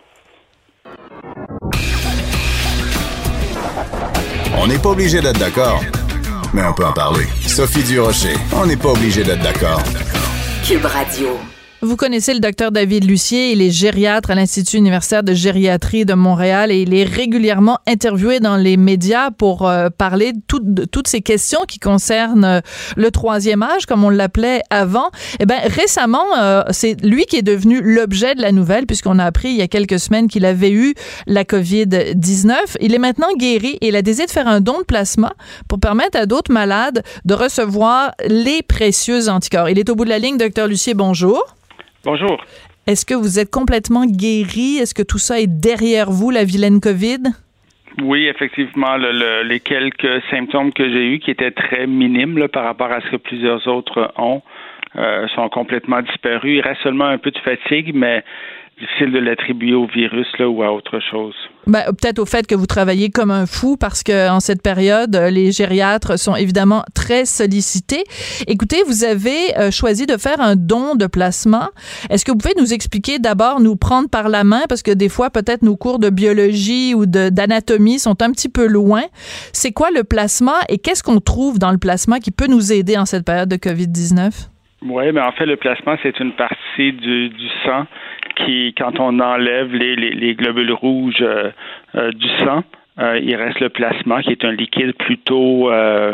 On n'est pas obligé d'être d'accord, mais on peut en parler. Sophie Durocher, on n'est pas obligé d'être d'accord. Cube Radio. Vous connaissez le docteur David Lucier, il est gériatre à l'Institut universitaire de gériatrie de Montréal et il est régulièrement interviewé dans les médias pour parler de toutes ces questions qui concernent le troisième âge, comme on l'appelait avant. Eh bien, récemment, c'est lui qui est devenu l'objet de la nouvelle puisqu'on a appris il y a quelques semaines qu'il avait eu la COVID-19. Il est maintenant guéri et il a décidé de faire un don de plasma pour permettre à d'autres malades de recevoir les précieux anticorps. Il est au bout de la ligne, docteur Lucier, bonjour. Bonjour. Est-ce que vous êtes complètement guéri? Est-ce que tout ça est derrière vous, la vilaine COVID? Oui, effectivement. Les quelques symptômes que j'ai eus, qui étaient très minimes là, par rapport à ce que plusieurs autres ont, sont complètement disparus. Il reste seulement un peu de fatigue, mais difficile de l'attribuer au virus là, ou à autre chose. Ben, peut-être au fait que vous travaillez comme un fou parce que en cette période, les gériatres sont évidemment très sollicités. Écoutez, vous avez choisi de faire un don de plasma. Est-ce que vous pouvez nous expliquer d'abord, nous prendre par la main, parce que des fois, peut-être nos cours de biologie ou d'anatomie sont un petit peu loin. C'est quoi le plasma et qu'est-ce qu'on trouve dans le plasma qui peut nous aider en cette période de COVID-19? Oui, mais en fait, le plasma, c'est une partie du sang qui, quand on enlève les globules rouges du sang, il reste le plasma, qui est un liquide plutôt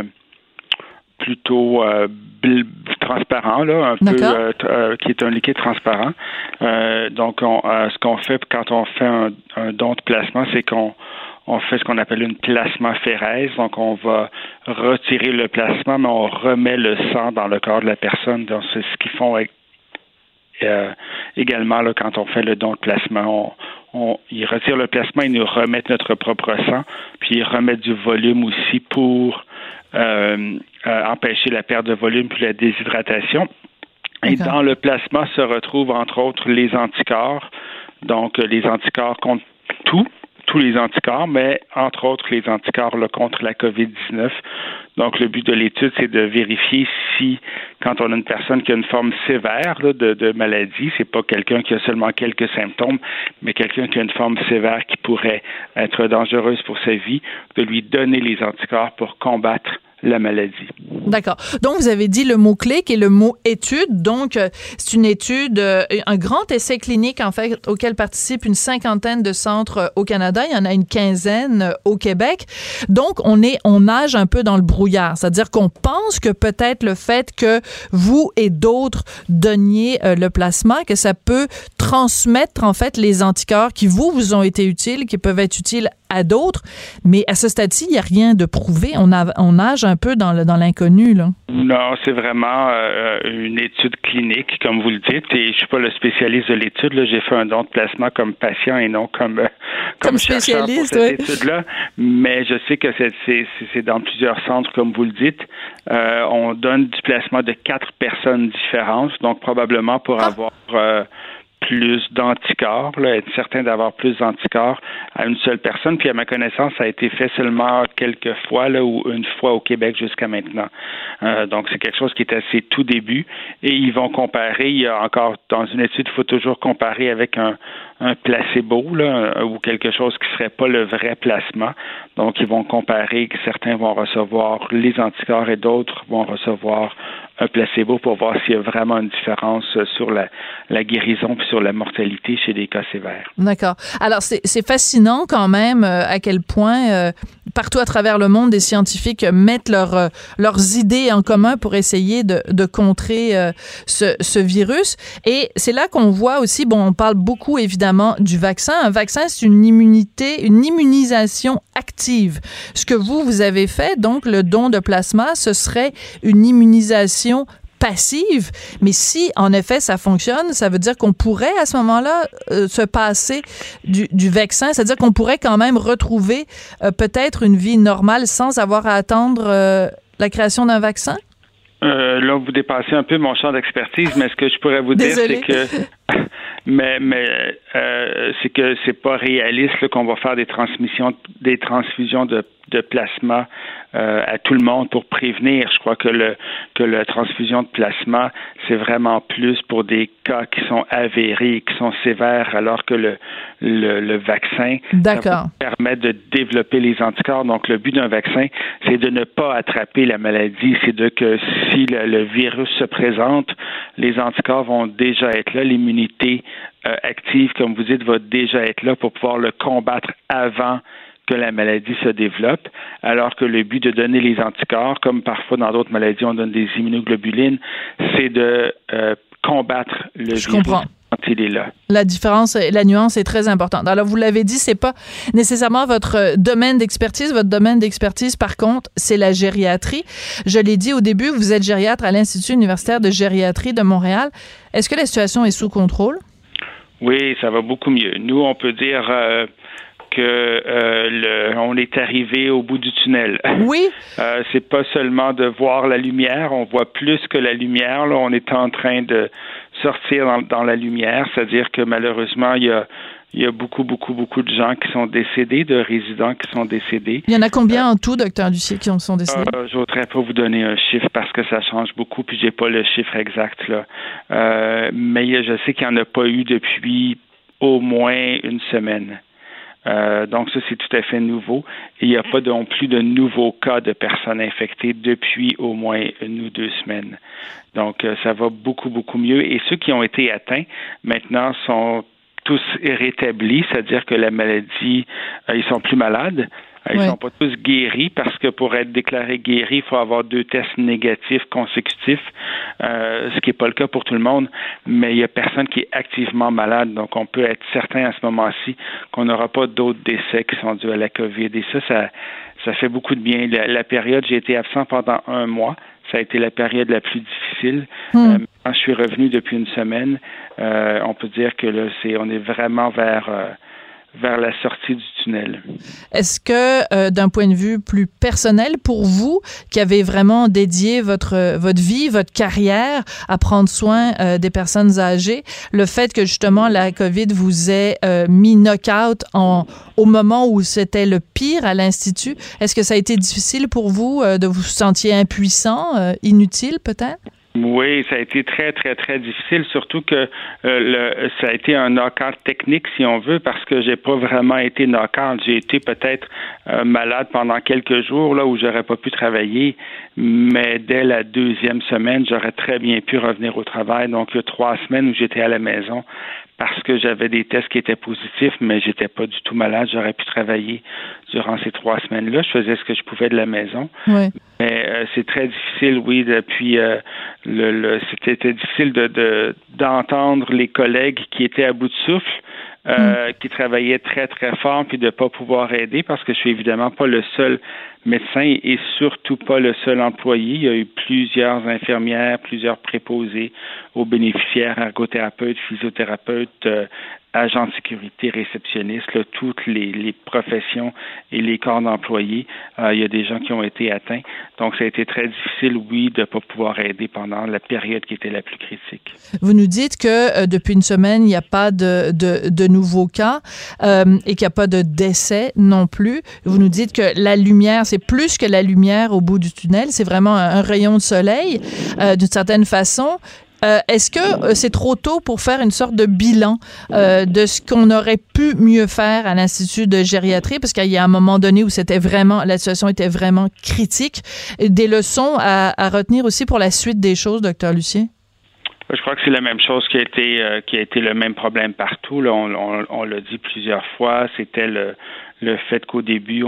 transparent, là, qui est un liquide transparent. Donc, ce qu'on fait quand on fait un don de plasma, c'est qu'on fait ce qu'on appelle une plasmaphérèse. Donc, on va retirer le plasma, mais on remet le sang dans le corps de la personne. Donc, c'est ce qu'ils font également là, quand on fait le don de plasma. Ils retirent le plasma, ils nous remettent notre propre sang, puis ils remettent du volume aussi pour empêcher la perte de volume puis la déshydratation. Et dans le plasma se retrouvent entre autres les anticorps. Donc, les anticorps contre tous les anticorps, mais entre autres les anticorps là, contre la COVID-19. Donc, le but de l'étude, c'est de vérifier si, quand on a une personne qui a une forme sévère là, de maladie, c'est pas quelqu'un qui a seulement quelques symptômes, mais quelqu'un qui a une forme sévère qui pourrait être dangereuse pour sa vie, de lui donner les anticorps pour combattre la maladie. D'accord. Donc, vous avez dit le mot-clé qui est le mot étude. Donc, c'est une étude, un grand essai clinique, en fait, auquel participent une 50aine de centres au Canada. Il y en a une 15aine au Québec. Donc, on nage un peu dans le brouillard. C'est-à-dire qu'on pense que peut-être le fait que vous et d'autres donniez le plasma, que ça peut transmettre, en fait, les anticorps qui vous ont été utiles, qui peuvent être utiles à d'autres, mais à ce stade-ci, il n'y a rien de prouvé. On nage un peu dans l'inconnu, là. Non, c'est vraiment une étude clinique, comme vous le dites, et je suis pas le spécialiste de l'étude. Là. J'ai fait un don de plasma comme patient et non comme spécialiste pour cette étude-là, mais je sais que c'est dans plusieurs centres, comme vous le dites. On donne du plasma de 4 personnes différentes, donc probablement pour avoir plus d'anticorps, là, être certain d'avoir plus d'anticorps à une seule personne. Puis à ma connaissance, ça a été fait seulement quelques fois là, ou une fois au Québec jusqu'à maintenant. Donc c'est quelque chose qui est à ses tout débuts. Et ils vont comparer, il y a encore dans une étude, il faut toujours comparer avec un placebo là, ou quelque chose qui serait pas le vrai plasma. Donc ils vont comparer que certains vont recevoir les anticorps et d'autres vont recevoir un placebo pour voir s'il y a vraiment une différence sur la guérison puis sur la mortalité chez des cas sévères. D'accord. Alors, c'est fascinant quand même à quel point partout à travers le monde, des scientifiques mettent leurs idées en commun pour essayer de contrer ce virus. Et c'est là qu'on voit aussi, on parle beaucoup évidemment du vaccin. Un vaccin, c'est une immunisation active. Ce que vous avez fait, donc le don de plasma, ce serait une immunisation passive, mais si en effet ça fonctionne, ça veut dire qu'on pourrait à ce moment-là se passer du vaccin, c'est-à-dire qu'on pourrait quand même retrouver peut-être une vie normale sans avoir à attendre la création d'un vaccin? Là, vous dépassez un peu mon champ d'expertise, mais ce que je pourrais vous dire, c'est que c'est que c'est pas réaliste là, qu'on va faire des transfusions de plasma à tout le monde pour prévenir. Je crois que la transfusion de plasma, c'est vraiment plus pour des cas qui sont avérés, qui sont sévères, alors que le vaccin permet de développer les anticorps. Donc, le but d'un vaccin, c'est de ne pas attraper la maladie. C'est que si le virus se présente, les anticorps vont déjà être là, l'immunité active, comme vous dites, va déjà être là pour pouvoir le combattre avant que la maladie se développe, alors que le but de donner les anticorps, comme parfois dans d'autres maladies, on donne des immunoglobulines, c'est de combattre le virus. Je comprends. Quand il est là. La différence, la nuance est très importante. Alors, vous l'avez dit, c'est pas nécessairement votre domaine d'expertise. Votre domaine d'expertise, par contre, c'est la gériatrie. Je l'ai dit au début, vous êtes gériatre à l'Institut universitaire de gériatrie de Montréal. Est-ce que la situation est sous contrôle? Oui, ça va beaucoup mieux. Nous, on peut dire on est arrivé au bout du tunnel. Oui. C'est pas seulement de voir la lumière, on voit plus que la lumière. Là, on est en train de sortir dans la lumière, c'est-à-dire que malheureusement, il y a beaucoup de gens qui sont décédés, de résidents qui sont décédés. Il y en a combien en tout, docteur Ducier, qui en sont décédés? Je voudrais pas vous donner un chiffre parce que ça change beaucoup, puis j'ai pas le chiffre exact là. Mais je sais qu'il n'y en a pas eu depuis au moins une semaine. Donc ça, c'est tout à fait nouveau. Et il n'y a pas non plus de nouveaux cas de personnes infectées depuis au moins 1 ou 2 semaines. Donc ça va beaucoup mieux. Et ceux qui ont été atteints, maintenant, sont tous rétablis, c'est-à-dire que la maladie, ils sont plus malades. Ils sont pas tous guéris parce que pour être déclaré guéri, il faut avoir 2 tests négatifs consécutifs, ce qui n'est pas le cas pour tout le monde, mais il y a personne qui est activement malade, donc on peut être certain à ce moment-ci qu'on n'aura pas d'autres décès qui sont dus à la COVID. Et ça fait beaucoup de bien. La période, j'ai été absent pendant 1 mois. Ça a été la période la plus difficile. Quand je suis revenu depuis 1 semaine, on peut dire que là, on est vraiment vers la sortie du tunnel. Est-ce que, d'un point de vue plus personnel pour vous, qui avez vraiment dédié votre vie, votre carrière à prendre soin des personnes âgées, le fait que justement la COVID vous ait mis knock-out au moment où c'était le pire à l'Institut, est-ce que ça a été difficile pour vous de vous sentir impuissant, inutile peut-être? Oui, ça a été très, très, très difficile, surtout que ça a été un knock-out technique, si on veut, parce que j'ai pas vraiment été knock-out. J'ai été peut-être malade pendant quelques jours, là, où j'aurais pas pu travailler, mais dès la 2e semaine, j'aurais très bien pu revenir au travail. Donc, il y a 3 semaines où j'étais à la maison parce que j'avais des tests qui étaient positifs, mais j'étais pas du tout malade. J'aurais pu travailler durant ces 3 semaines-là. Je faisais ce que je pouvais de la maison. Oui. Mais c'est très difficile, oui, depuis c'était difficile d'entendre les collègues qui étaient à bout de souffle, qui travaillaient très, très fort, puis de ne pas pouvoir aider, parce que je suis évidemment pas le seul médecin et surtout pas le seul employé. Il y a eu plusieurs infirmières, plusieurs préposés aux bénéficiaires, ergothérapeutes, physiothérapeutes, agents de sécurité, réceptionnistes, là, toutes les professions et les corps d'employés. Il y a des gens qui ont été atteints. Donc, ça a été très difficile, oui, de ne pas pouvoir aider pendant la période qui était la plus critique. Vous nous dites que depuis 1 semaine, il n'y a pas de nouveaux cas et qu'il n'y a pas de décès non plus. Vous nous dites que la lumière, c'est plus que la lumière au bout du tunnel. C'est vraiment un rayon de soleil, d'une certaine façon. est-ce que c'est trop tôt pour faire une sorte de bilan de ce qu'on aurait pu mieux faire à l'Institut de gériatrie? Parce qu'il y a un moment donné où la situation était vraiment critique. Des leçons à retenir aussi pour la suite des choses, Dr. Lucier? Je crois que c'est la même chose qui a été le même problème partout. Là, on l'a dit plusieurs fois. C'était le fait qu'au début,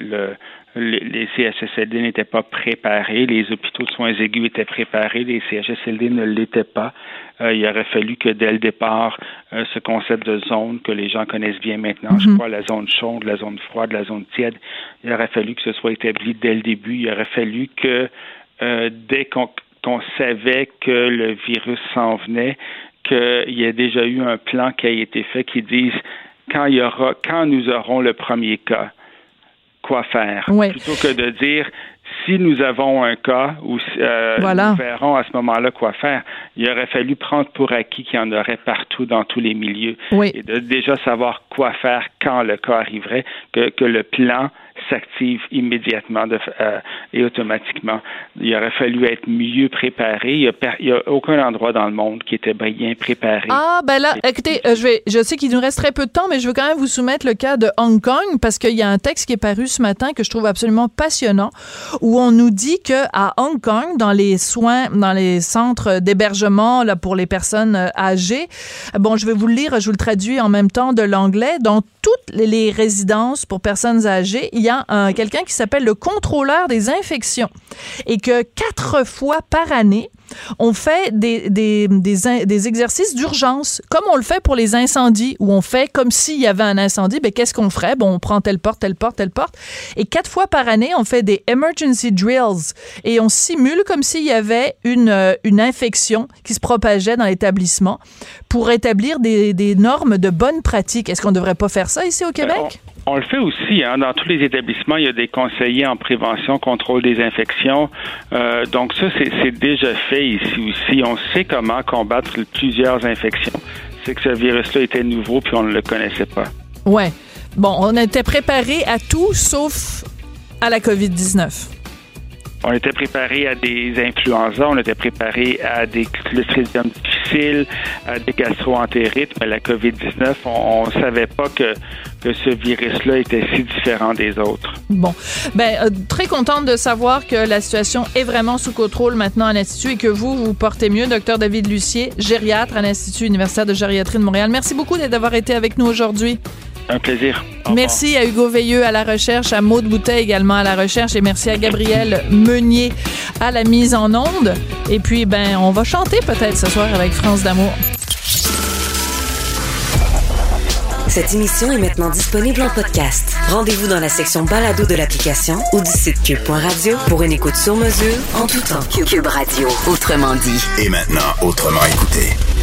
les CHSLD n'étaient pas préparés, les hôpitaux de soins aigus étaient préparés, les CHSLD ne l'étaient pas. Il aurait fallu que dès le départ, ce concept de zone que les gens connaissent bien maintenant, je crois, la zone chaude, la zone froide, la zone tiède, il aurait fallu que ce soit établi dès le début. Il aurait fallu que dès qu'on savait que le virus s'en venait, qu'il y ait déjà eu un plan qui a été fait qui dise quand nous aurons le premier cas, quoi faire, plutôt que de dire si nous avons un cas ou nous verrons à ce moment-là quoi faire. Il aurait fallu prendre pour acquis qu'il y en aurait partout dans tous les milieux et de déjà savoir quoi faire quand le cas arriverait, que le plan s'active immédiatement et automatiquement. Il aurait fallu être mieux préparé. Il y a aucun endroit dans le monde qui était bien préparé. Ah, ben là, écoutez, je sais qu'il nous reste très peu de temps, mais je veux quand même vous soumettre le cas de Hong Kong parce qu'il y a un texte qui est paru ce matin que je trouve absolument passionnant où on nous dit que à Hong Kong, dans les centres d'hébergement là, pour les personnes âgées, bon, je vais vous le lire, je vous le traduis en même temps de l'anglais. Dans toutes les résidences pour personnes âgées, il y a quelqu'un qui s'appelle le contrôleur des infections et que 4 fois par année, on fait des exercices d'urgence, comme on le fait pour les incendies, où on fait comme s'il y avait un incendie, ben qu'est-ce qu'on ferait? Bon, on prend telle porte. Et 4 fois par année, on fait des emergency drills et on simule comme s'il y avait une infection qui se propageait dans l'établissement pour établir des normes de bonne pratique. Est-ce qu'on ne devrait pas faire ça ici au Québec? On le fait aussi, hein. Dans tous les établissements, il y a des conseillers en prévention, contrôle des infections. Donc ça, c'est déjà fait ici aussi. On sait comment combattre plusieurs infections. C'est que ce virus-là était nouveau puis on ne le connaissait pas. Ouais. Bon, on était préparé à tout sauf à la COVID-19. On était préparé à des influenza, on était préparé à des clostridium difficiles, à des gastro-entérites, mais la COVID-19, on savait pas que ce virus-là était si différent des autres. Bon. Très contente de savoir que la situation est vraiment sous contrôle maintenant à l'Institut et que vous portez mieux. Dr. David Lucier, gériatre à l'Institut universitaire de gériatrie de Montréal. Merci beaucoup d'avoir été avec nous aujourd'hui. Un plaisir. Merci à Hugo Veilleux à la recherche, à Maude Boutet également à la recherche et merci à Gabriel Meunier à la mise en onde. Et puis, on va chanter peut-être ce soir avec France d'amour. Cette émission est maintenant disponible en podcast. Rendez-vous dans la section balado de l'application ou du site cube.radio pour une écoute sur mesure en tout temps. Cube Radio, autrement dit. Et maintenant, autrement écouté.